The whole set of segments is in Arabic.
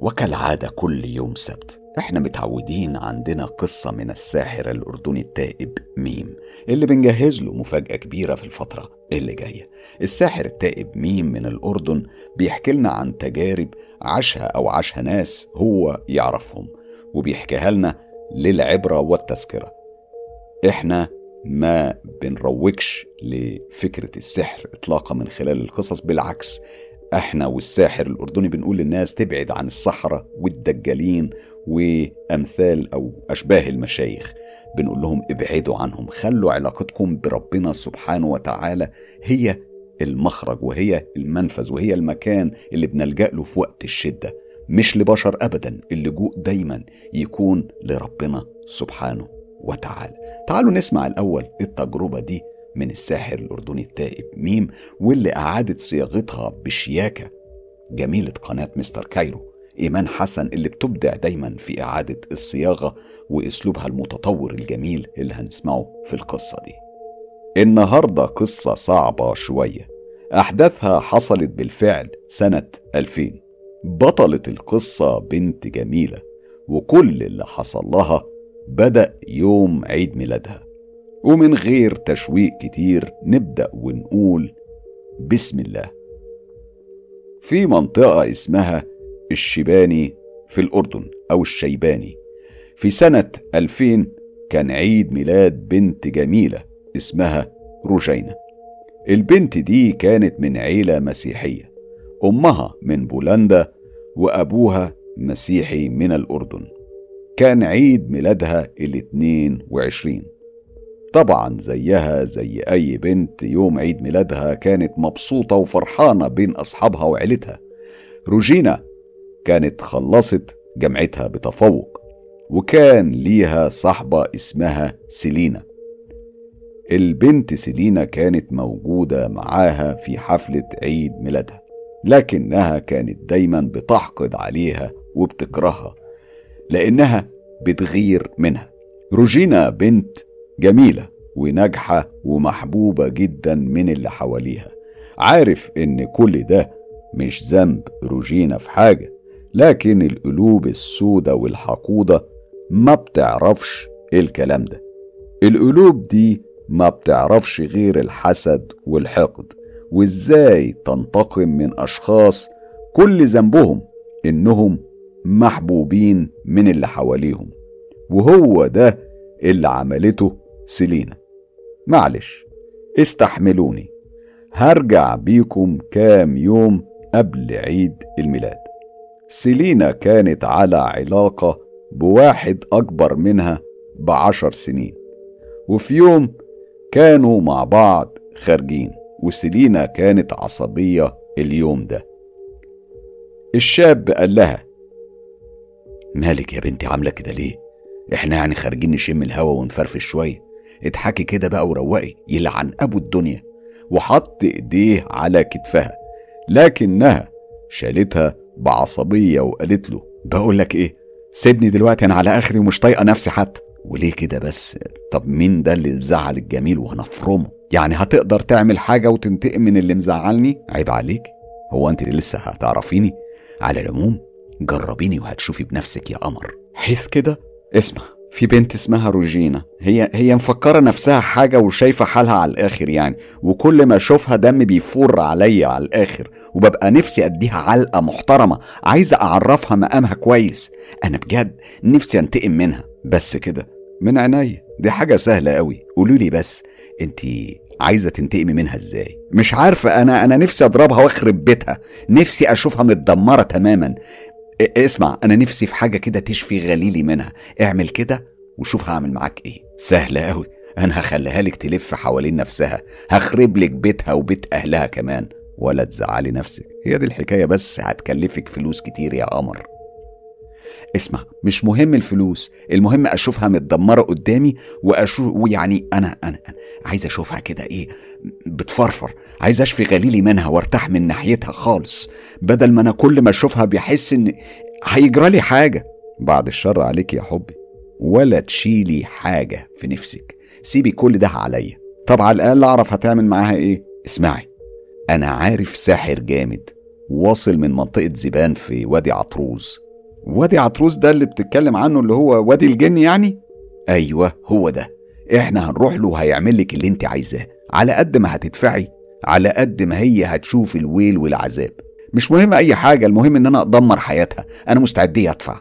وكالعادة كل يوم سبت احنا متعودين عندنا قصة من الساحر الأردني التائب ميم اللي بنجهز له مفاجأة كبيرة في الفترة اللي جاية. الساحر التائب ميم من الأردن بيحكي لنا عن تجارب عاشها ناس هو يعرفهم، وبيحكيها لنا للعبرة والتذكرة. احنا ما بنروجش لفكرة السحر اطلاقا من خلال القصص، بالعكس احنا والساحر الأردني بنقول للناس تبعد عن السحرة والدجالين وأمثال أو أشباه المشايخ. بنقول لهم ابعدوا عنهم، خلوا علاقتكم بربنا سبحانه وتعالى هي المخرج وهي المنفذ وهي المكان اللي بنلجأ له في وقت الشدة، مش لبشر أبدا. اللجوء دايما يكون لربنا سبحانه وتعالى. تعالوا نسمع الأول التجربة دي من الساحر الأردني التائب ميم، واللي أعادت صياغتها بشياكة جميلة قناة مستر كايرو إيمان حسن، اللي بتبدع دايما في إعادة الصياغة وإسلوبها المتطور الجميل اللي هنسمعه في القصة دي. النهاردة قصة صعبة شوية، أحداثها حصلت بالفعل سنة 2000. بطلة القصة بنت جميلة، وكل اللي حصل لها بدأ يوم عيد ميلادها. ومن غير تشويق كتير نبدأ ونقول بسم الله. في منطقة اسمها الشيباني في الأردن أو الشيباني، في سنة 2000 كان عيد ميلاد بنت جميلة اسمها روجينا. البنت دي كانت من عيلة مسيحية، أمها من بولندا وأبوها مسيحي من الأردن. كان عيد ميلادها 22. طبعا زيها زي أي بنت يوم عيد ميلادها كانت مبسوطة وفرحانة بين أصحابها وعيلتها. روجينا كانت خلصت جامعتها بتفوق، وكان ليها صاحبة اسمها سيلينا. البنت سيلينا كانت موجودة معاها في حفلة عيد ميلادها، لكنها كانت دايما بتحقد عليها وبتكرهها لأنها بتغير منها. روجينا بنت جميلة وناجحة ومحبوبة جدا من اللي حواليها. عارف ان كل ده مش ذنب روجينا في حاجة، لكن القلوب السودة والحقودة ما بتعرفش الكلام ده. القلوب دي ما بتعرفش غير الحسد والحقد، وازاي تنتقم من اشخاص كل ذنبهم انهم محبوبين من اللي حواليهم. وهو ده اللي عملته سيلينا. معلش استحملوني، هرجع بيكم كام يوم قبل عيد الميلاد. سيلينا كانت على علاقة بواحد أكبر منها ب10 سنين، وفي يوم كانوا مع بعض خارجين، وسيلينا كانت عصبية اليوم ده. الشاب قال لها: مالك يا بنتي عاملة كده ليه؟ احنا يعني خارجين نشم الهوا ونفرفش شوية، اضحكي كده بقى وروقي، يلعن ابو الدنيا. وحط ايديه على كتفها، لكنها شالتها بعصبية وقالت له: بقولك ايه، سيبني دلوقتي، انا على اخري ومش طايقة نفسي حتى. وليه كده بس؟ طب مين ده اللي مزعل الجميل وهنفرمه؟ يعني هتقدر تعمل حاجة وتنتقم من اللي مزعلني؟ عيب عليك، هو انت لسه هتعرفيني؟ على العموم جربيني وهتشوفي بنفسك يا قمر. حيث كده اسمع، في بنت اسمها روجينا، هي مفكرة نفسها حاجة وشايفة حالها على الآخر يعني، وكل ما اشوفها دم بيفور عليا على الآخر، وببقى نفسي اديها علقة محترمة، عايزة اعرفها مقامها كويس. انا بجد نفسي انتقم منها. بس كده؟ من عينيا، دي حاجة سهلة قوي. قولولي بس انتي عايزة تنتقمي منها ازاي؟ مش عارفة، انا نفسي اضربها واخرب بيتها، نفسي اشوفها متدمرة تماما. اسمع، انا نفسي في حاجة كده تشفي غليلي منها، اعمل كده وشوف هعمل معاك ايه. سهلة قوي، انا هخليها لك تلف حوالين نفسها، هخرب لك بيتها وبيت اهلها كمان، ولا تزعلي نفسك. هي دي الحكاية، بس هتكلفك فلوس كتير يا قمر. اسمع، مش مهم الفلوس، المهم اشوفها متدمرة قدامي، واشوف ويعني انا عايز اشوفها كده ايه، بتفرفر. عايز اشفي غليلي منها وارتاح من ناحيتها خالص، بدل ما انا كل ما اشوفها بيحس ان هيجرالي حاجة. بعد الشر عليك يا حبي، ولا تشيلي حاجة في نفسك، سيبي كل ده عليا. طب على الاقل اعرف هتعمل معاها ايه. اسمعي، انا عارف ساحر جامد واصل من منطقة زبان في وادي عطروز، وادي عطروس ده اللي بتتكلم عنه، اللي هو وادي الجن يعني؟ ايوه هو ده. احنا هنروح له وهيعمل لك اللي انت عايزاه، على قد ما هتدفعي على قد ما هي هتشوف الويل والعذاب. مش مهم اي حاجة، المهم ان انا ادمر حياتها. انا مستعد ادفع.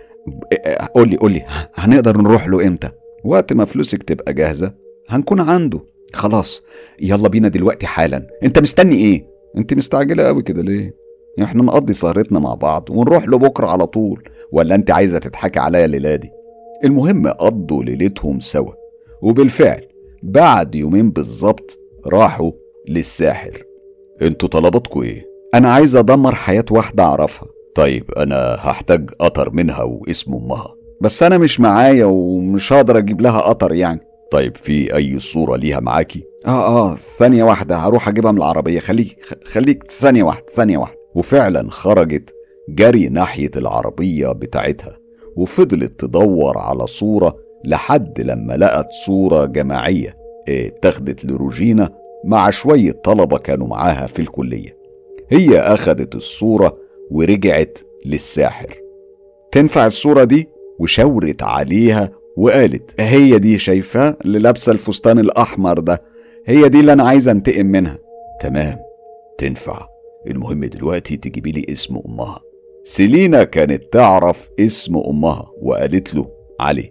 قولي هنقدر نروح له امتى؟ وقت ما فلوسك تبقى جاهزة هنكون عنده. خلاص يلا بينا دلوقتي حالا. انت مستني ايه؟ انت مستعجلة قوي كده ليه؟ احنا نقضي سهرتنا مع بعض ونروح له بكرة على طول، ولا انت عايزة تضحكي عليا الليلة دي؟ المهم قضوا ليلتهم سوا، وبالفعل بعد يومين بالظبط راحوا للساحر. انتوا طلباتكوا ايه؟ انا عايز ادمر حياة واحدة اعرفها. طيب انا هحتاج قطر منها واسم امها، بس انا مش معايا ومش هقدر اجيب لها قطر يعني. طيب في اي صورة ليها معاكي؟ ثانية واحدة هروح اجيبها من العربية. خليك ثانية واحدة. وفعلا خرجت جري ناحية العربية بتاعتها، وفضلت تدور على صورة لحد لما لقت صورة جماعية اتاخدت لروجينا مع شوية طلبة كانوا معاها في الكلية. هي أخدت الصورة ورجعت للساحر. تنفع الصورة دي؟ وشاورت عليها وقالت هي دي، شايفة اللي لابسة الفستان الأحمر ده؟ هي دي اللي أنا عايزة انتقم منها. تمام تنفع، المهم دلوقتي تجيبي لي اسم أمها. سيلينا كانت تعرف اسم أمها وقالت له عليه،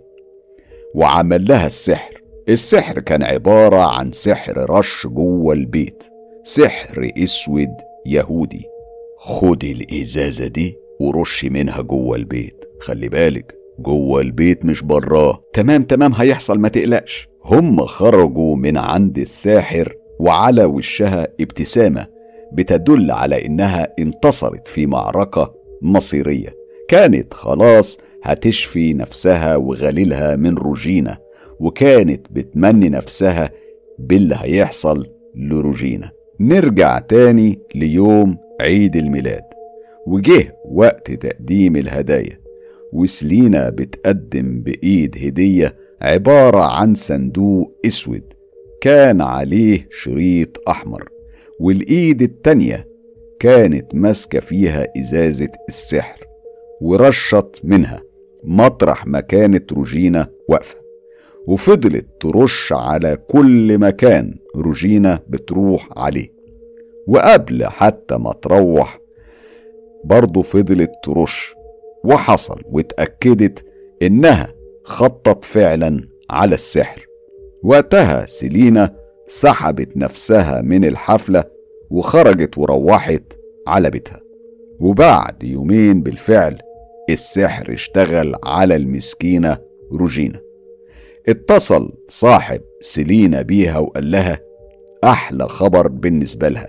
وعمل لها السحر. السحر كان عبارة عن سحر رش جوه البيت، سحر اسود يهودي. خدي الإزازة دي ورشي منها جوه البيت، خلي بالك جوه البيت مش براه. تمام هيحصل ما تقلقش. هم خرجوا من عند الساحر وعلى وشها ابتسامة بتدل على إنها انتصرت في معركة مصيرية. كانت خلاص هتشفي نفسها وغليلها من روجينا، وكانت بتمني نفسها باللي هيحصل لروجينا. نرجع تاني ليوم عيد الميلاد، وجه وقت تقديم الهدايا، وسلينا بتقدم بإيد هدية عبارة عن صندوق اسود كان عليه شريط أحمر، والإيد التانية كانت ماسكة فيها إزازة السحر ورشت منها مطرح ما كانت روجينا واقفة، وفضلت ترش على كل مكان روجينا بتروح عليه. وقبل حتى ما تروح برضو فضلت ترش، وحصل واتأكدت إنها خطت فعلا على السحر. وقتها سيلينا سحبت نفسها من الحفلة وخرجت وروحت على بيتها. وبعد يومين بالفعل السحر اشتغل على المسكينة روجينا. اتصل صاحب سيلينا بيها وقال لها أحلى خبر بالنسبة لها،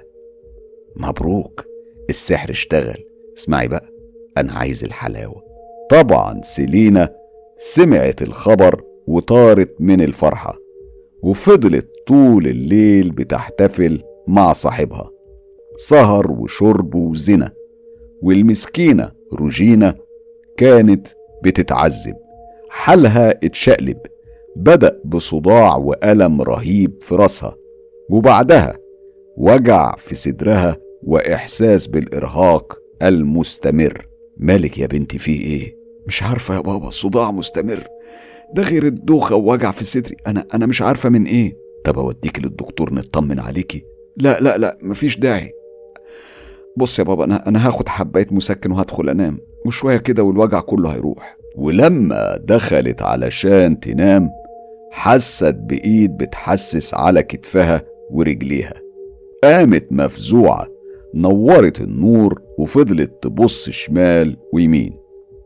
مبروك السحر اشتغل. اسمعي بقى أنا عايز الحلاوة. طبعا سيلينا سمعت الخبر وطارت من الفرحة، وفضلت طول الليل بتحتفل مع صاحبها، سهر وشرب وزنا. والمسكينة روجينا كانت بتتعذب، حالها اتشقلب، بدأ بصداع وألم رهيب في راسها، وبعدها وجع في صدرها وإحساس بالإرهاق المستمر. مالك يا بنتي في إيه؟ مش عارفة يا بابا، صداع مستمر، ده غير الدوخة ووجع في صدري. أنا مش عارفة من إيه. طب أوديك للدكتور نطمن عليكي؟ لا مفيش داعي. بص يا بابا أنا هاخد حباية مسكن وهدخل أنام، وشوية كده والوجع كله هيروح. ولما دخلت علشان تنام حست بإيد بتحسس على كتفها ورجليها. قامت مفزوعة، نورت النور وفضلت تبص شمال ويمين،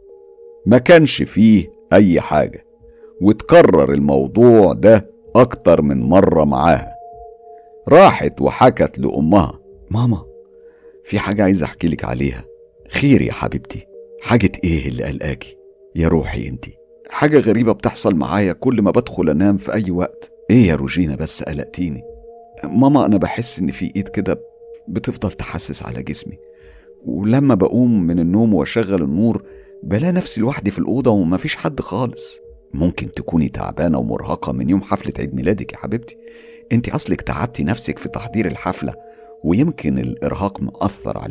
ما كانش فيه أي حاجة. وتكرر الموضوع ده أكتر من مرة معاها. راحت وحكت لأمها، ماما في حاجة عايز أحكي لك عليها. خير يا حبيبتي؟ حاجة إيه اللي قلقاكي يا روحي انتي؟ حاجة غريبة بتحصل معايا كل ما بدخل أنام في أي وقت. إيه يا روجينا بس قلقتيني؟ ماما أنا بحس إن في إيد كده بتفضل تحسس على جسمي، ولما بقوم من النوم وأشغل النور بلاقي نفسي لوحدي في الأوضة ومفيش حد خالص. ممكن تكوني تعبانة ومرهقة من يوم حفلة عيد ميلادك يا حبيبتي. انت أصلك تعبتي نفسك في تحضير الحفلة، ويمكن الإرهاق مأثر عليك.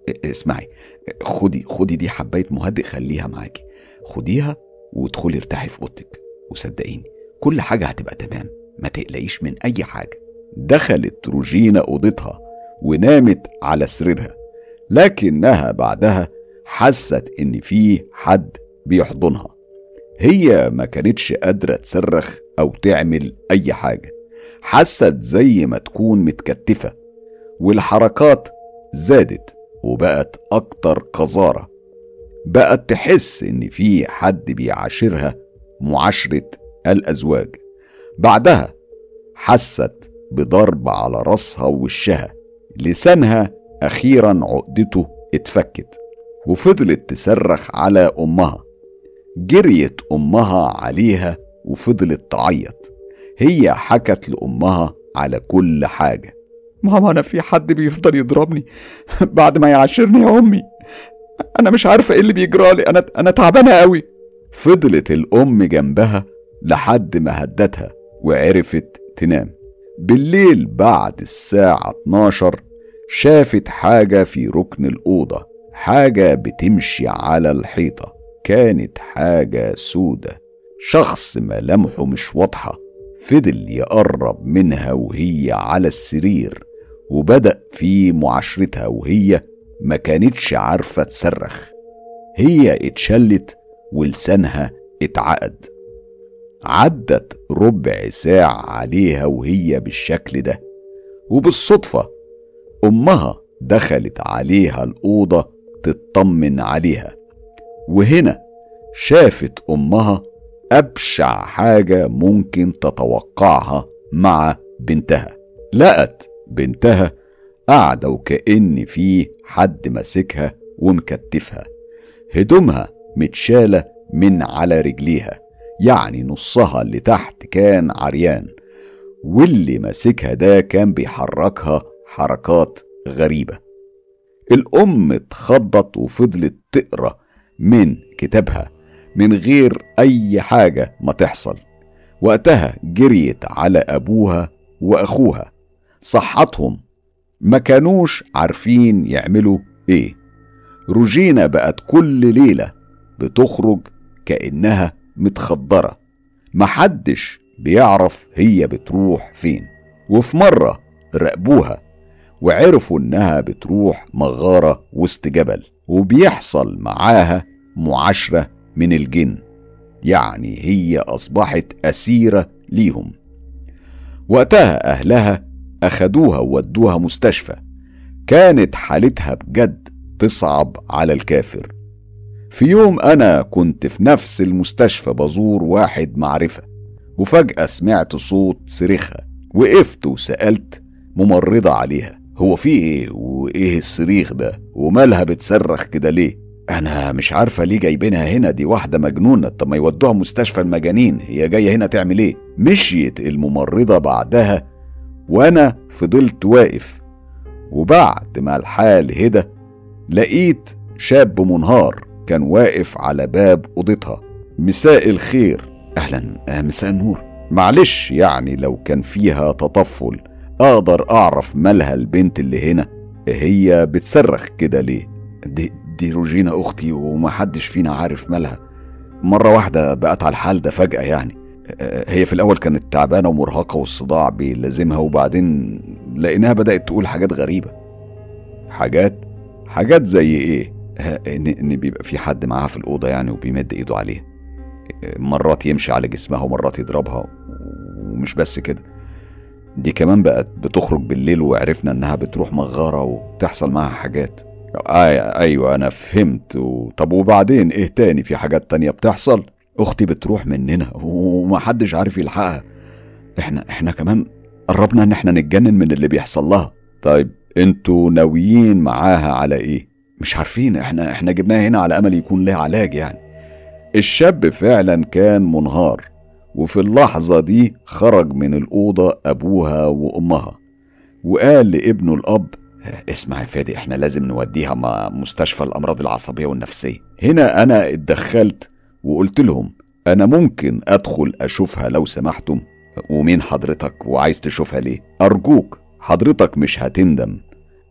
اسمعي، خدي دي حباية مهدئ، خليها معاكي، خديها وادخلي ارتاحي في اوضتك، وصدقيني كل حاجة هتبقى تمام، ما تقلقيش من اي حاجة. دخلت روجينا اوضتها ونامت على سريرها، لكنها بعدها حست ان فيه حد بيحضنها. هي ما كانتش قادرة تصرخ او تعمل اي حاجة، حست زي ما تكون متكتفة، والحركات زادت وبقت اكتر قذارة. بقت تحس ان في حد بيعاشرها معاشرة الازواج. بعدها حست بضرب على راسها ووشها، لسانها اخيرا عقدته اتفكت، وفضلت تصرخ على امها. جريت امها عليها وفضلت تعيط. هي حكت لامها على كل حاجة. ماما، انا في حد بيفضل يضربني بعد ما يعاشرني يا امي، انا مش عارفه ايه اللي بيجرالي، انا تعبانه قوي. فضلت الام جنبها لحد ما هدتها وعرفت تنام. بالليل بعد الساعة 12 شافت حاجة في ركن الأوضة، حاجة بتمشي على الحيطة. كانت حاجة سودة، شخص ملامحه مش واضحة. فضل يقرب منها وهي على السرير، وبدأ في معاشرتها وهي ما كانتش عارفة تصرخ. هي اتشلت ولسانها اتعقد. عدت ربع ساعة عليها وهي بالشكل ده، وبالصدفة أمها دخلت عليها الأوضة تطمن عليها. وهنا شافت أمها أبشع حاجة ممكن تتوقعها مع بنتها. لقت بنتها قاعدة وكأن في حد ماسكها ومكتفها، هدومها متشالة من على رجليها، يعني نصها اللي تحت كان عريان، واللي ماسكها ده كان بيحركها حركات غريبة. الأم اتخضت وفضلت تقرأ من كتابها من غير أي حاجة ما تحصل. وقتها جريت على أبوها وأخوها، صحتهم ما كانوش عارفين يعملوا ايه. روجينا بقت كل ليلة بتخرج كأنها متخدرة، محدش بيعرف هي بتروح فين. وفي مرة راقبوها وعرفوا انها بتروح مغارة وسط جبل، وبيحصل معاها معاشرة من الجن، يعني هي أصبحت أسيرة ليهم. وقتها أهلها أخدوها وودوها مستشفى. كانت حالتها بجد تصعب على الكافر. في يوم أنا كنت في نفس المستشفى بزور واحد معرفة، وفجأة سمعت صوت صريخها. وقفت وسألت ممرضة عليها، هو في ايه وايه الصريخ ده ومالها بتصرخ كده ليه؟ انا مش عارفة ليه جايبينها هنا، دي واحدة مجنونة، طب ما يودوها مستشفى المجانين، هي جاية هنا تعمل ايه؟ مشيت الممرضة بعدها وانا فضلت واقف. وبعد ما الحال هدى لقيت شاب منهار كان واقف على باب اوضتها. مساء الخير. اهلا، مساء النور. معلش يعني لو كان فيها تطفل اقدر اعرف مالها البنت اللي هنا، هي بتصرخ كده ليه؟ دي روجينا اختي ومحدش فينا عارف مالها، مرة واحدة بقت على الحال ده فجأة يعني. هي في الاول كانت تعبانة ومرهقة والصداع بيلازمها، وبعدين لقيناها بدأت تقول حاجات غريبة. حاجات زي ايه؟ ان بيبقى في حد معاها في الأوضة يعني وبيمد ايده عليها، مرات يمشي على جسمها ومرات يضربها. ومش بس كده، دي كمان بقت بتخرج بالليل، وعرفنا انها بتروح مغارة وتحصل معها حاجات. ايوه انا فهمت. طب وبعدين ايه تاني؟ في حاجات تانية بتحصل؟ اختي بتروح مننا ومحدش عارف يلحقها. احنا كمان قربنا ان احنا نتجنن من اللي بيحصل لها. طيب انتوا ناويين معاها على ايه؟ مش عارفين، احنا جبناها هنا على امل يكون لها علاج يعني. الشاب فعلا كان منهار، وفي اللحظة دي خرج من الأوضة أبوها وأمها وقال لابنه الأب، اسمع يا فادي، احنا لازم نوديها مستشفى الأمراض العصبية والنفسية. هنا أنا اتدخلت وقلت لهم أنا ممكن أدخل أشوفها لو سمحتم؟ ومين حضرتك وعايز تشوفها ليه؟ أرجوك حضرتك مش هتندم،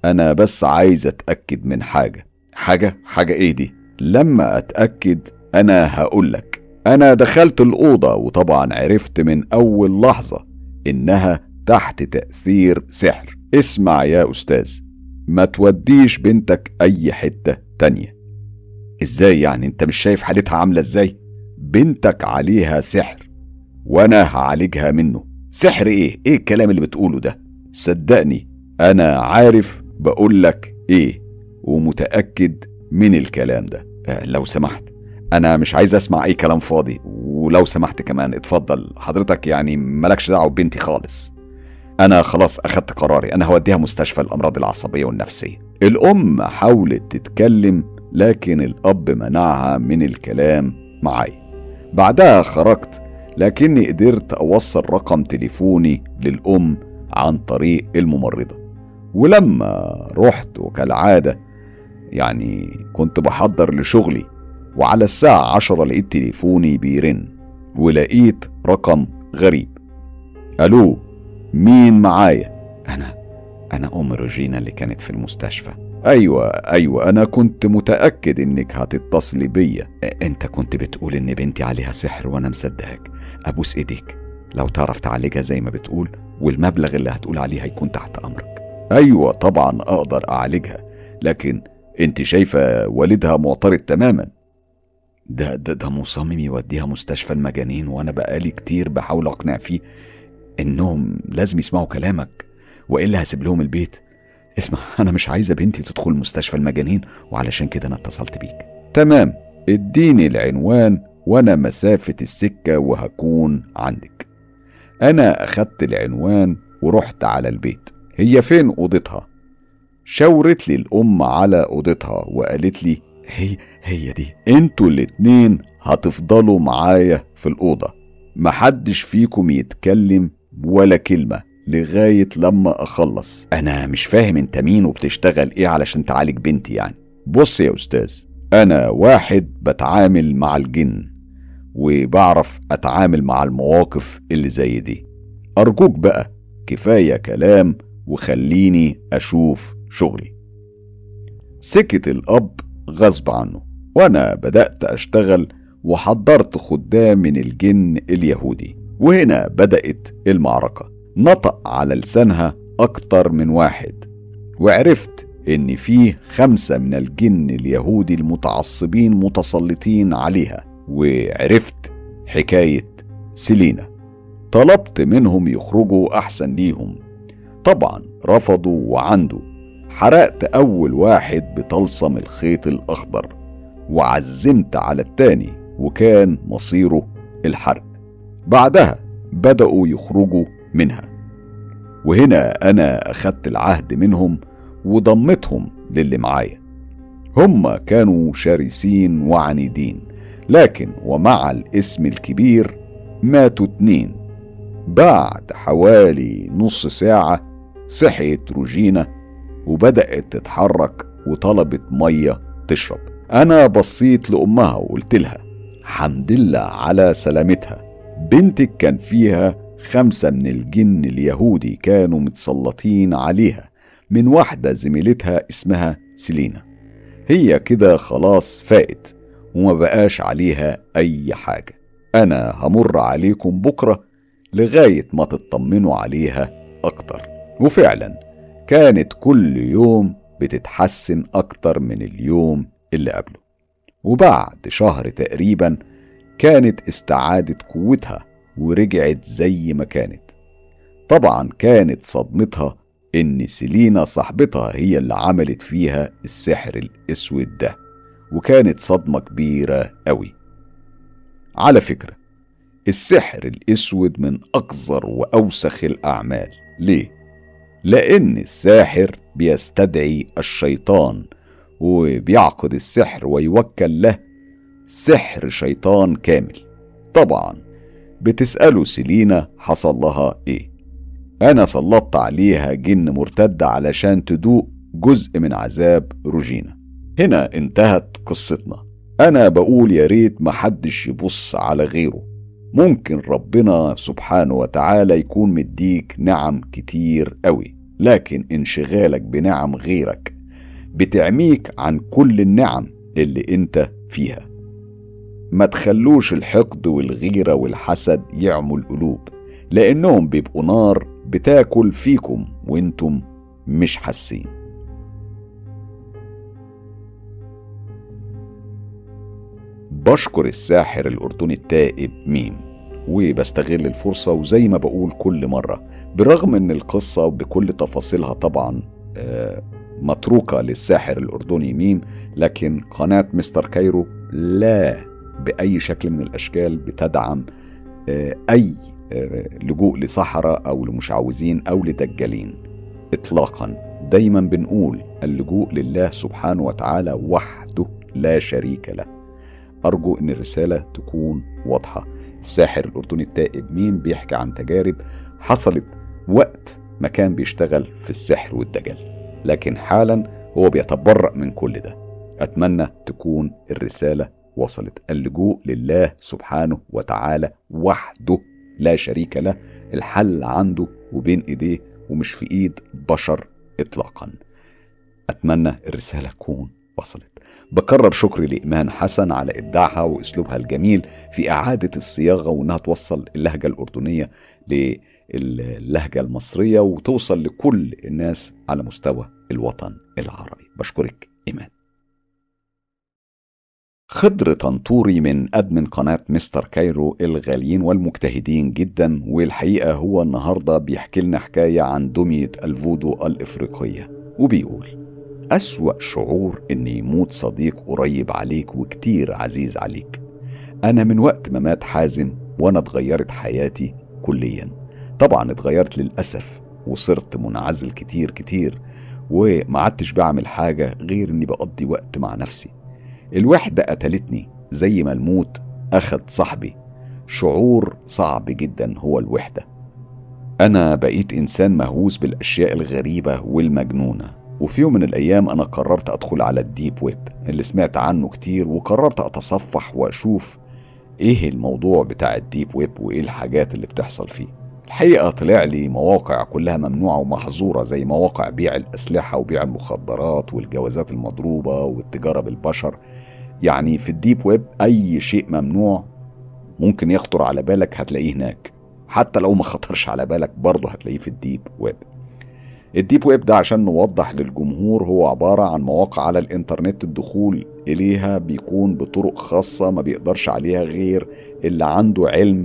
أنا بس عايز أتأكد من حاجة. حاجة إيه دي؟ لما أتأكد أنا هقولك. أنا دخلت الأوضة وطبعا عرفت من أول لحظة إنها تحت تأثير سحر. اسمع يا أستاذ، ما توديش بنتك أي حتة تانية. إزاي يعني؟ أنت مش شايف حالتها عاملة إزاي؟ بنتك عليها سحر وأنا هعالجها منه. سحر إيه الكلام اللي بتقوله ده؟ صدقني أنا عارف بقولك إيه ومتأكد من الكلام ده. لو سمحت، أنا مش عايز أسمع أي كلام فاضي، ولو سمحت كمان اتفضل حضرتك، يعني مالكش دعوة ببنتي خالص. أنا خلاص أخدت قراري، أنا هوديها مستشفى الأمراض العصبية والنفسية. الأم حاولت تتكلم لكن الأب منعها من الكلام معايا. بعدها خرجت لكني قدرت أوصل رقم تليفوني للأم عن طريق الممرضة. ولما رحت وكالعادة يعني كنت بحضر لشغلي، وعلى الساعة 10 لقيت تليفوني بيرن ولقيت رقم غريب. ألو، مين معايا؟ أنا أم روجينا اللي كانت في المستشفى. أيوة أنا كنت متأكد إنك هتتصلي بيا. أنت كنت بتقول إن بنتي عليها سحر وأنا مصدقك. أبوس إيديك لو تعرف تعالجها زي ما بتقول، والمبلغ اللي هتقول عليه هيكون تحت أمرك. أيوة طبعا أقدر أعالجها، لكن أنت شايفة والدها معترض تماما. ده مصمم يوديها مستشفى المجانين، وأنا بقالي كتير بحاول أقنع فيه إنهم لازم يسمعوا كلامك وإلا هسيب لهم البيت. اسمع، أنا مش عايزة بنتي تدخل مستشفى المجانين، وعلشان كده أنا اتصلت بيك. تمام، اديني العنوان وأنا مسافة السكة وهكون عندك. أنا أخدت العنوان ورحت على البيت. هي فين أوضتها؟ شاورت لي الأم على أوضتها وقالت لي هي دي. انتوا الاتنين هتفضلوا معايا في الأوضة، محدش فيكم يتكلم ولا كلمة لغاية لما أخلص. أنا مش فاهم انت مين وبتشتغل ايه علشان تعالج بنتي يعني. بص يا أستاذ، أنا واحد بتعامل مع الجن وبعرف أتعامل مع المواقف اللي زي دي. أرجوك بقى كفاية كلام وخليني أشوف شغلي. سكت الأب غصب عنه، وأنا بدأت أشتغل وحضرت خدام من الجن اليهودي. وهنا بدأت المعركة. نطق على لسانها أكتر من واحد، وعرفت إن فيه 5 من الجن اليهودي المتعصبين متسلطين عليها. وعرفت حكاية سيلينا. طلبت منهم يخرجوا أحسن ليهم، طبعا رفضوا. وعنده حرقت أول واحد بطلسم الخيط الأخضر وعزمت على التاني، وكان مصيره الحرق. بعدها بدأوا يخرجوا منها، وهنا أنا أخدت العهد منهم وضمتهم للي معايا. هم كانوا شرسين وعنيدين، لكن ومع الاسم الكبير ماتوا 2. بعد حوالي نص ساعة صحيت روجينا وبدأت تتحرك وطلبت مية تشرب. أنا بصيت لأمها وقلت لها حمد لله على سلامتها، بنتك كان فيها 5 من الجن اليهودي كانوا متسلطين عليها من واحدة زميلتها اسمها سيلينا. هي كده خلاص فائت وما بقاش عليها أي حاجة. أنا همر عليكم بكرة لغاية ما تطمنوا عليها أكتر. وفعلا كانت كل يوم بتتحسن أكتر من اليوم اللي قبله، وبعد شهر تقريبا كانت استعادت قوتها ورجعت زي ما كانت. طبعا كانت صدمتها إن سيلينا صاحبتها هي اللي عملت فيها السحر الأسود ده، وكانت صدمة كبيرة قوي. على فكرة، السحر الأسود من أقذر وأوسخ الأعمال. ليه؟ لأن الساحر بيستدعي الشيطان وبيعقد السحر ويوكل له سحر شيطان كامل. طبعا بتسألوا سيلينا حصل لها ايه؟ أنا سلطت عليها جن مرتد علشان تدوق جزء من عذاب روجينا. هنا انتهت قصتنا. أنا بقول يا ريت محدش يبص على غيره، ممكن ربنا سبحانه وتعالى يكون مديك نعم كتير قوي، لكن انشغالك بنعم غيرك بتعميك عن كل النعم اللي انت فيها. ما تخلوش الحقد والغيرة والحسد يعموا القلوب، لأنهم بيبقوا نار بتاكل فيكم وانتم مش حاسين. بشكر الساحر الأردني التائب ميم، وبستغل الفرصة وزي ما بقول كل مرة، برغم ان القصة بكل تفاصيلها طبعا متروكة للساحر الأردني ميم، لكن قناة مستر كايرو لا بأي شكل من الأشكال بتدعم أي لجوء لسحرة أو لمشعوذين أو لدجالين إطلاقا. دايما بنقول اللجوء لله سبحانه وتعالى وحده لا شريك له. أرجو أن الرسالة تكون واضحة. الساحر الأردني التائب ميم بيحكي عن تجارب حصلت وقت ما كان بيشتغل في السحر والدجل، لكن حالا هو بيتبرأ من كل ده. أتمنى تكون الرسالة وصلت. اللجوء لله سبحانه وتعالى وحده لا شريك له، الحل عنده وبين إيديه ومش في إيد بشر إطلاقا. أتمنى الرسالة تكون وصلت. بكرر شكري لإيمان حسن على إبداعها وأسلوبها الجميل في إعادة الصياغة، وإنها توصل اللهجة الأردنية للهجة المصرية وتوصل لكل الناس على مستوى الوطن العربي. بشكرك إيمان. خضر طنطوري من أدمن قناة مستر كايرو الغاليين والمجتهدين جدا، والحقيقة هو النهاردة بيحكي لنا حكاية عن دمية الفودو الإفريقية، وبيقول: أسوأ شعور إن يموت صديق قريب عليك وكتير عزيز عليك. أنا من وقت ما مات حازم وأنا اتغيرت حياتي كليا. طبعا اتغيرت للأسف وصرت منعزل كتير وما عدتش بعمل حاجة غير إني بقضي وقت مع نفسي. الوحدة قتلتني زي ما الموت أخد صاحبي. شعور صعب جدا هو الوحدة. أنا بقيت إنسان مهووس بالأشياء الغريبة والمجنونة، وفي يوم من الأيام أنا قررت أدخل على الديب ويب اللي سمعت عنه كتير، وقررت أتصفح وأشوف إيه الموضوع بتاع الديب ويب وإيه الحاجات اللي بتحصل فيه. الحقيقة طلع لي مواقع كلها ممنوعة ومحظورة، زي مواقع بيع الأسلحة وبيع المخدرات والجوازات المضروبة والتجارة بالبشر. يعني في الديب ويب أي شيء ممنوع ممكن يخطر على بالك هتلاقيه هناك، حتى لو ما خطرش على بالك برضه هتلاقيه في الديب ويب. الديب ويب ده عشان نوضح للجمهور هو عبارة عن مواقع على الانترنت الدخول إليها بيكون بطرق خاصة ما بيقدرش عليها غير اللي عنده علم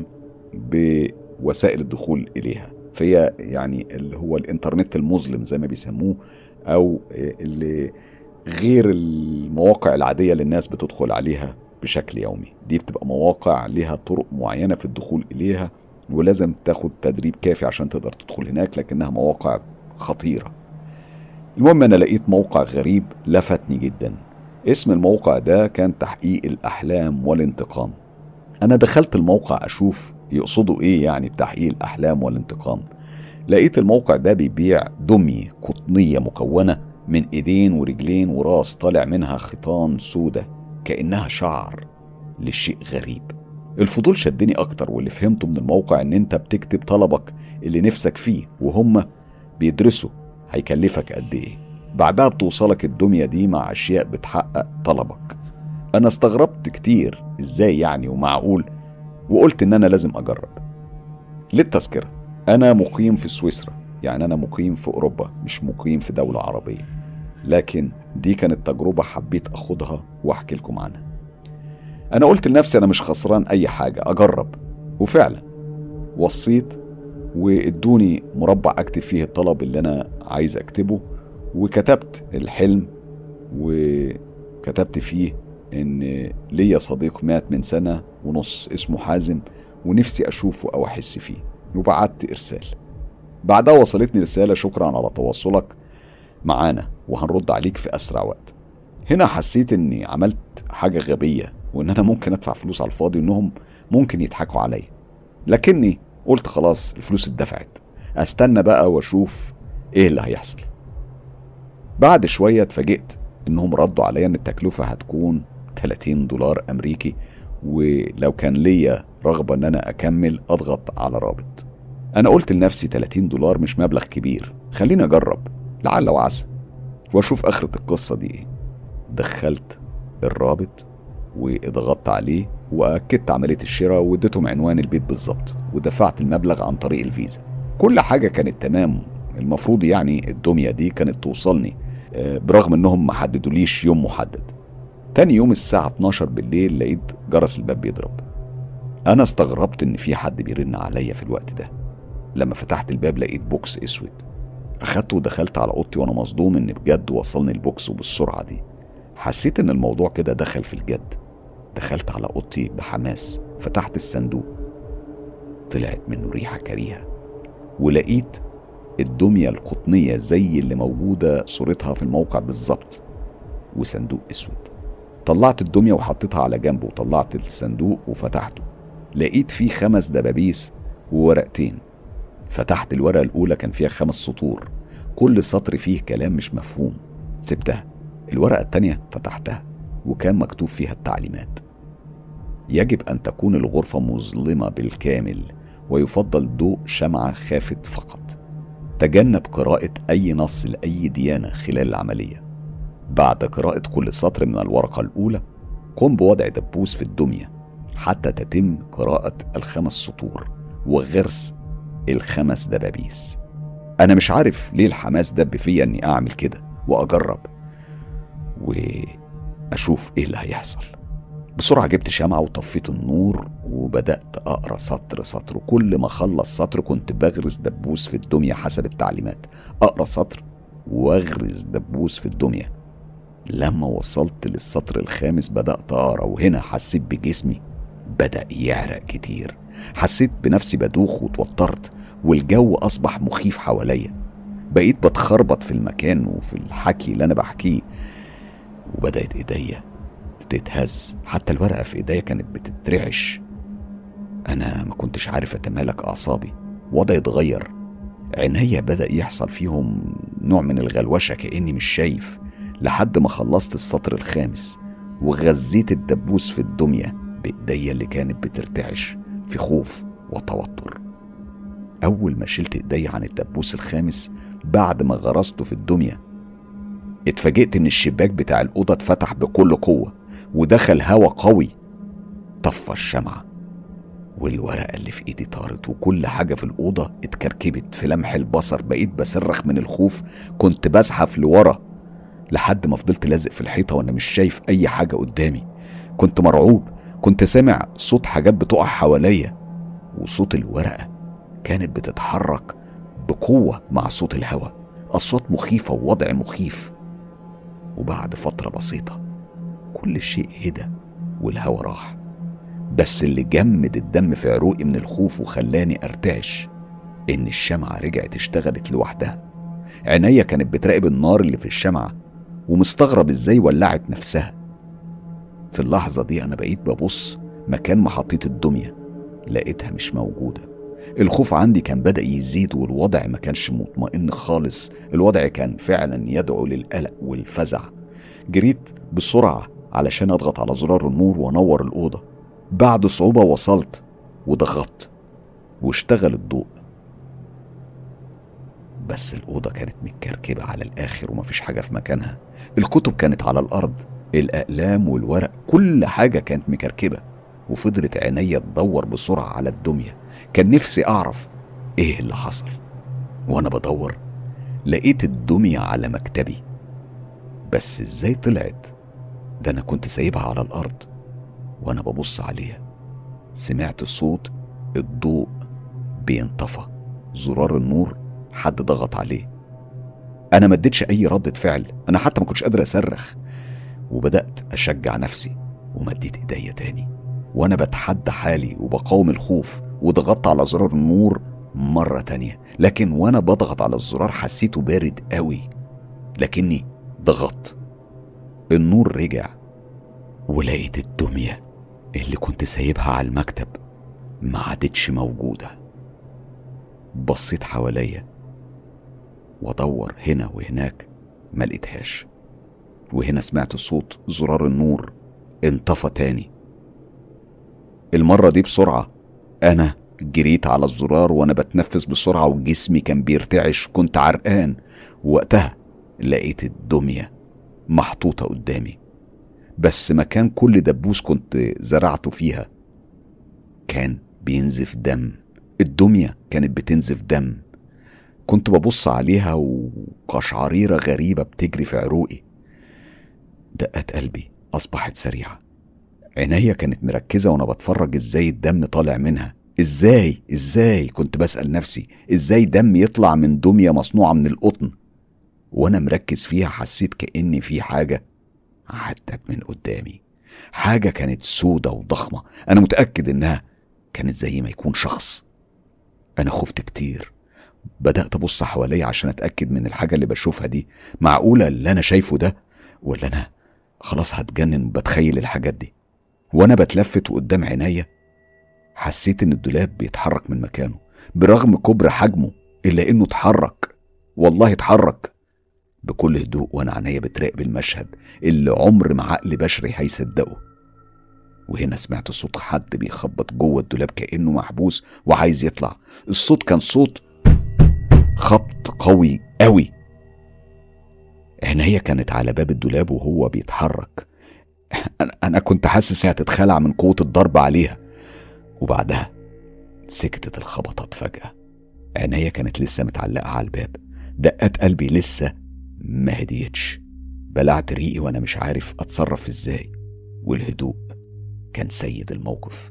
بوسائل الدخول إليها. فهي يعني اللي هو الانترنت المظلم زي ما بيسموه، أو اللي غير المواقع العادية اللي الناس بتدخل عليها بشكل يومي. دي بتبقى مواقع لها طرق معينة في الدخول إليها، ولازم تاخد تدريب كافي عشان تقدر تدخل هناك، لكنها مواقع خطيرة. المهم أنا لقيت موقع غريب لفتني جدا. اسم الموقع ده كان تحقيق الأحلام والانتقام. أنا دخلت الموقع أشوف يقصدوا إيه يعني بتحقيق الأحلام والانتقام. لقيت الموقع ده بيبيع دمية قطنية مكونة من إيدين ورجلين وراس طالع منها خيطان سودة كأنها شعر للشيء غريب. الفضول شدني أكتر، واللي فهمته من الموقع إن أنت بتكتب طلبك اللي نفسك فيه وهم بيدرسوا هيكلفك قد إيه، بعدها بتوصلك الدمية دي مع أشياء بتحقق طلبك. أنا استغربت كتير إزاي يعني ومعقول، وقلت إن أنا لازم أجرب. للتذكرة أنا مقيم في سويسرا، يعني أنا مقيم في أوروبا مش مقيم في دولة عربية، لكن دي كانت تجربة حبيت أخدها وأحكي لكم عنها. أنا قلت لنفسي أنا مش خسران أي حاجة، أجرب. وفعلا وصيت وادوني مربع أكتب فيه الطلب اللي أنا عايز أكتبه، وكتبت الحلم وكتبت فيه إن ليا صديق مات من 1.5 سنة اسمه حازم ونفسي أشوفه أو أحس فيه، وبعت إرسال. بعدها وصلتني رسالة: شكرا على تواصلك معانا وهنرد عليك في أسرع وقت. هنا حسيت إني عملت حاجة غبية، وإن أنا ممكن أدفع فلوس على الفاضي وإنهم ممكن يضحكوا عليا، لكني قلت خلاص الفلوس اتدفعت، أستنى بقى وأشوف إيه اللي هيحصل. بعد شوية اتفاجئت إنهم ردوا عليا إن التكلفة هتكون $30 أمريكي، ولو كان ليا رغبة إن أنا أكمل أضغط على رابط. أنا قلت لنفسي $30 مش مبلغ كبير، خليني أجرب لعل وعسى وأشوف آخرة القصة دي إيه. دخلت الرابط وضغطت عليه وأكدت عملية الشراء واديتهم عنوان البيت بالظبط ودفعت المبلغ عن طريق الفيزا. كل حاجة كانت تمام. المفروض يعني الدمية دي كانت توصلني برغم انهم ما حددوليش يوم محدد. تاني يوم الساعة 12 بالليل لقيت جرس الباب بيضرب. انا استغربت ان في حد بيرن عليا في الوقت ده. لما فتحت الباب لقيت بوكس اسود. اخدته ودخلت على اوضتي وانا مصدوم ان بجد وصلني البوكس وبالسرعة دي. حسيت ان الموضوع كده دخل في الجد. دخلت على اوضتي بحماس، فتحت الصندوق، طلعت منه ريحة كريهة، ولقيت الدمية القطنية زي اللي موجودة صورتها في الموقع بالظبط، وصندوق اسود. طلعت الدمية وحطيتها على جنب، وطلعت الصندوق وفتحته، لقيت فيه 5 دبابيس وورقتين. فتحت الورقة الأولى كان فيها 5 سطور، كل سطر فيه كلام مش مفهوم. سبتها. الورقة التانية فتحتها وكان مكتوب فيها التعليمات: يجب أن تكون الغرفة مظلمة بالكامل، ويفضل ضوء شمعة خافت فقط. تجنب قراءة أي نص لأي ديانة خلال العملية. بعد قراءة كل سطر من الورقة الأولى قم بوضع دبوس في الدمية حتى تتم قراءة ال5 سطور وغرس ال5 دبابيس. أنا مش عارف ليه الحماس دب فيا إني أعمل كده وأجرب وأشوف إيه اللي هيحصل. بسرعة جبت شمعة وطفيت النور وبدأت أقرأ سطر سطر، وكل ما أخلص سطر كنت بغرس دبوس في الدمية حسب التعليمات. أقرأ سطر وأغرس دبوس في الدمية. لما وصلت للسطر الخامس بدأت أقرأ، وهنا حسيت بجسمي بدأ يعرق كتير. حسيت بنفسي بدوخ وتوترت، والجو أصبح مخيف حواليا. بقيت بتخربط في المكان وفي الحكي اللي أنا بحكيه، وبدأت إيديا تتهز، حتى الورقة في إيديا كانت بتترعش. أنا ما كنتش عارف أتمالك أعصابي. وضعي اتغير، عينيا بدأ يحصل فيهم نوع من الغلوشة كأني مش شايف، لحد ما خلصت السطر الخامس وغزيت الدبوس في الدمية بإيديا اللي كانت بترتعش في خوف وتوتر. أول ما شلت إيديا عن الدبوس الخامس بعد ما غرسته في الدمية اتفاجئت إن الشباك بتاع الأوضة اتفتح بكل قوة ودخل هوا قوي طفى الشمعة، والورقة اللي في ايدي طارت، وكل حاجة في الأوضة اتكركبت. في لمح البصر بقيت بصرخ من الخوف، كنت بزحف لورا لحد ما فضلت لازق في الحيطة وانا مش شايف اي حاجة قدامي. كنت مرعوب، كنت سامع صوت حاجات بتقع حواليا، وصوت الورقة كانت بتتحرك بقوة مع صوت الهوا. أصوات مخيفة ووضع مخيف. وبعد فترة بسيطة كل شيء هدى والهوا راح، بس اللي جمد الدم في عروقي من الخوف وخلاني ارتعش ان الشمعة رجعت اشتغلت لوحدها. عينيا كانت بتراقب النار اللي في الشمعة ومستغرب ازاي ولعت نفسها. في اللحظة دي انا بقيت ببص مكان ما حطيت الدمية، لقيتها مش موجودة. الخوف عندي كان بدأ يزيد والوضع ما كانش مطمئن خالص. الوضع كان فعلا يدعو للقلق والفزع. جريت بسرعة علشان اضغط على زرار النور وانور الأوضة. بعد صعوبة وصلت وضغطت واشتغل الضوء، بس الأوضة كانت متكركبة على الآخر ومفيش حاجة في مكانها. الكتب كانت على الأرض، الأقلام والورق، كل حاجة كانت مكركبة. وفضلت عينيا تدور بسرعة على الدمية. كان نفسي أعرف إيه اللي حصل. وأنا بدور لقيت الدمية على مكتبي، بس إزاي طلعت؟ ده أنا كنت سايبها على الأرض. وأنا ببص عليها سمعت صوت الضوء بينطفى، زرار النور حد ضغط عليه. أنا ما اديتش أي ردة فعل، أنا حتى ما كنتش قادر أصرخ. وبدأت أشجع نفسي ومديت إيديا تاني وأنا بتحدى حالي وبقاوم الخوف، وضغطت على زرار النور مرة تانية. لكن وأنا بضغط على الزرار حسيته بارد قوي، لكني ضغطت. النور رجع ولقيت الدمية اللي كنت سايبها على المكتب ما عادتش موجودة. بصيت حواليا وادور هنا وهناك ما لقيتهاش. وهنا سمعت صوت زرار النور انطفى تاني. المرة دي بسرعة أنا جريت على الزرار وانا بتنفس بسرعة وجسمي كان بيرتعش، كنت عرقان. ووقتها لقيت الدمية محطوطة قدامي، بس مكان كل دبوس كنت زرعته فيها كان بينزف دم. الدمية كانت بتنزف دم. كنت ببص عليها وقشعريرة غريبة بتجري في عروقي. دقات قلبي أصبحت سريعة. عينيا كانت مركزة وانا بتفرج ازاي الدم طالع منها. ازاي كنت بسأل نفسي ازاي دم يطلع من دمية مصنوعة من القطن. وانا مركز فيها حسيت كأن في حاجة عدت من قدامي، حاجة كانت سودة وضخمة. انا متأكد انها كانت زي ما يكون شخص. انا خفت كتير، بدأت ابص حواليا عشان اتأكد من الحاجة اللي بشوفها دي. معقولة اللي انا شايفه ده، ولا انا خلاص هتجنن بتخيل الحاجات دي؟ وانا بتلفت وقدام عينيا حسيت ان الدولاب بيتحرك من مكانه برغم كبر حجمه، الا انه اتحرك. والله اتحرك بكل هدوء وانا عينيا بتراقب المشهد اللي عمر ما عقل بشري هيصدقه. وهنا سمعت صوت حد بيخبط جوه الدولاب كأنه محبوس وعايز يطلع. الصوت كان صوت خبط قوي قوي. عينيا كانت على باب الدولاب وهو بيتحرك. انا كنت حاسس هتتخلع من قوة الضرب عليها. وبعدها سكتت الخبطات فجأة. عينيا كانت لسه متعلقة على الباب، دقات قلبي لسه ما هديتش. بلعت ريقي وانا مش عارف اتصرف ازاي، والهدوء كان سيد الموقف.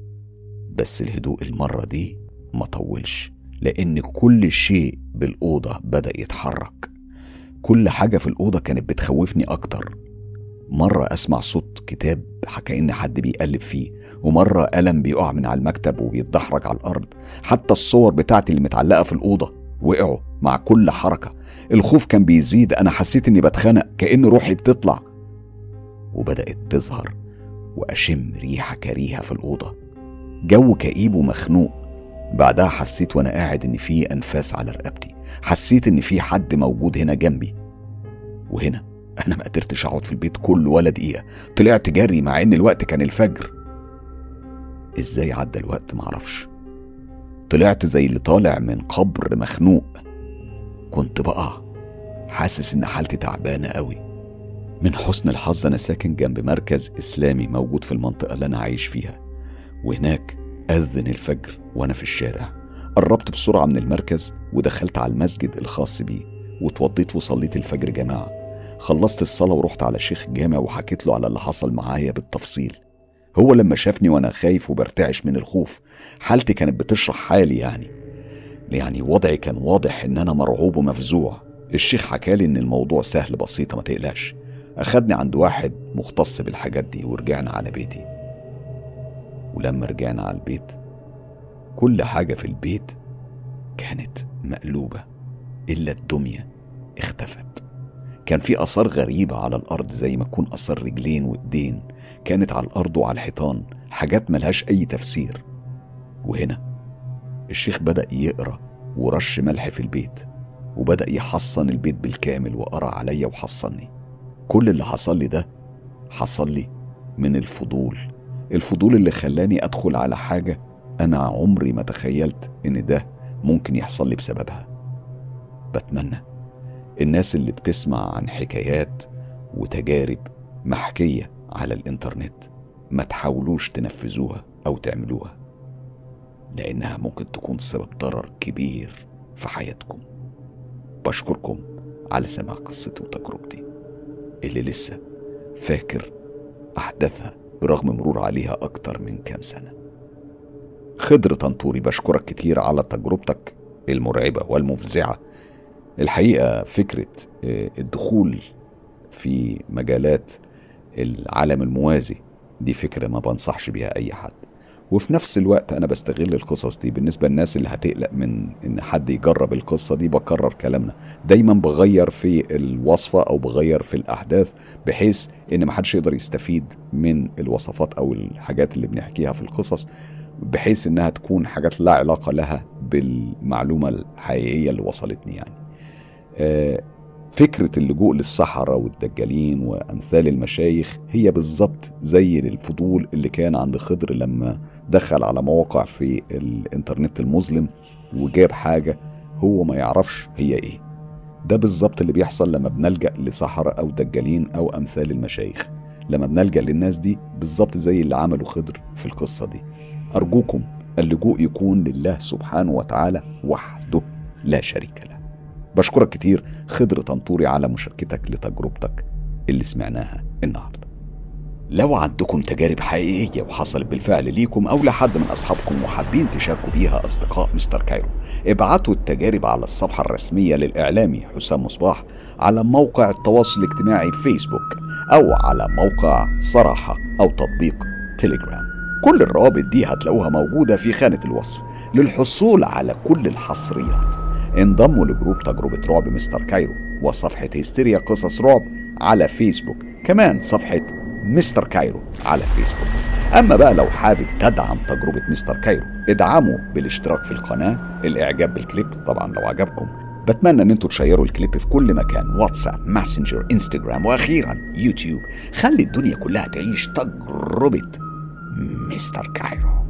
بس الهدوء المرة دي ما طولش، لان كل شيء بالأوضة بدأ يتحرك. كل حاجة في الأوضة كانت بتخوفني أكتر. مرة أسمع صوت كتاب كأن حد بيقلب فيه، ومرة قلم بيقع من على المكتب وبيتدحرج على الأرض. حتى الصور بتاعتي اللي متعلقة في الأوضة وقعوا مع كل حركة. الخوف كان بيزيد. أنا حسيت إني بتخنق كأن روحي بتطلع، وبدأت تظهر وأشم ريحة كريهة في الأوضة، جو كئيب ومخنوق. بعدها حسيت وأنا قاعد إن في أنفاس على رقبتي، حسيت إن في حد موجود هنا جنبي. وهنا أنا ما قدرتش أقعد في البيت كله ولا دقيقة، طلعت جري مع إن الوقت كان الفجر. إزاي عدى الوقت معرفش. طلعت زي اللي طالع من قبر مخنوق. كنت بقى حاسس إن حالتي تعبانة قوي. من حسن الحظ أنا ساكن جنب مركز إسلامي موجود في المنطقة اللي أنا عايش فيها، وهناك أذن الفجر وأنا في الشارع. قربت بسرعة من المركز ودخلت على المسجد الخاص بيه واتوضيت وصليت الفجر جماعة. خلصت الصلاة ورحت على شيخ الجامع وحكيت له على اللي حصل معايا بالتفصيل. هو لما شافني وانا خايف وبرتعش من الخوف، حالتي كانت بتشرح حالي يعني وضعي كان واضح ان انا مرعوب ومفزوع. الشيخ حكالي ان الموضوع سهل بسيطة ما تقلقش. اخدني عند واحد مختص بالحاجات دي ورجعنا على بيتي. ولما رجعنا على البيت كل حاجة في البيت كانت مقلوبة إلا الدمية اختفت. كان في آثار غريبة على الأرض زي ما تكون آثار رجلين وإيدين كانت على الأرض وعلى الحيطان، حاجات ملهاش أي تفسير. وهنا الشيخ بدأ يقرأ ورش ملح في البيت وبدأ يحصن البيت بالكامل وقرأ عليا وحصني. كل اللي حصل لي ده حصل لي من الفضول اللي خلاني أدخل على حاجة أنا عمري ما تخيلت إن ده ممكن يحصل لي بسببها. بتمنى الناس اللي بتسمع عن حكايات وتجارب محكية على الإنترنت ما تحاولوش تنفذوها أو تعملوها، لأنها ممكن تكون سبب ضرر كبير في حياتكم. بشكركم على سماع قصتي وتجربتي اللي لسه فاكر أحداثها برغم مرور عليها أكتر من كام سنة. خضر طنطوري، بشكرك كتير على تجربتك المرعبة والمفزعة. الحقيقة فكرة الدخول في مجالات العالم الموازي دي فكرة ما بنصحش بيها أي حد، وفي نفس الوقت أنا بستغل القصص دي بالنسبة للناس اللي هتقلق من إن حد يجرب القصة دي. بكرر كلامنا دايما، بغير في الوصفة أو بغير في الأحداث بحيث إن محدش يقدر يستفيد من الوصفات أو الحاجات اللي بنحكيها في القصص، بحيث إنها تكون حاجات لا علاقة لها بالمعلومة الحقيقية اللي وصلتني. يعني فكرة اللجوء للسحرة والدجالين وأمثال المشايخ هي بالظبط زي الفضول اللي كان عند خضر لما دخل على مواقع في الإنترنت المظلم وجاب حاجة هو ما يعرفش هي إيه. ده بالظبط اللي بيحصل لما بنلجأ لسحرة أو دجالين أو أمثال المشايخ. لما بنلجأ للناس دي بالظبط زي اللي عمله خضر في القصة دي. أرجوكم اللجوء يكون لله سبحانه وتعالى وحده لا شريك له. بشكرك كتير خضر طنطوري على مشاركتك لتجربتك اللي سمعناها النهاردة. لو عندكم تجارب حقيقية وحصلت بالفعل ليكم أو لحد من أصحابكم وحابين تشاركوا بيها أصدقاء مستر كايرو، ابعتوا التجارب على الصفحة الرسمية للإعلامي حسام مصباح على موقع التواصل الاجتماعي فيسبوك أو على موقع صراحة أو تطبيق تيليجرام. كل الروابط دي هتلاقوها موجودة في خانة الوصف. للحصول على كل الحصريات انضموا لجروب تجربة رعب مستر كايرو وصفحة هستيريا قصص رعب على فيسبوك، كمان صفحة مستر كايرو على فيسبوك. أما بقى لو حابب تدعم تجربة مستر كايرو ادعموا بالاشتراك في القناة، الإعجاب بالكليب طبعا لو عجبكم. بتمنى ان انتوا تشيروا الكليب في كل مكان، واتساب، ماسنجر، انستجرام، واخيرا يوتيوب. خلي الدنيا كلها تعيش تجربة مستر كايرو.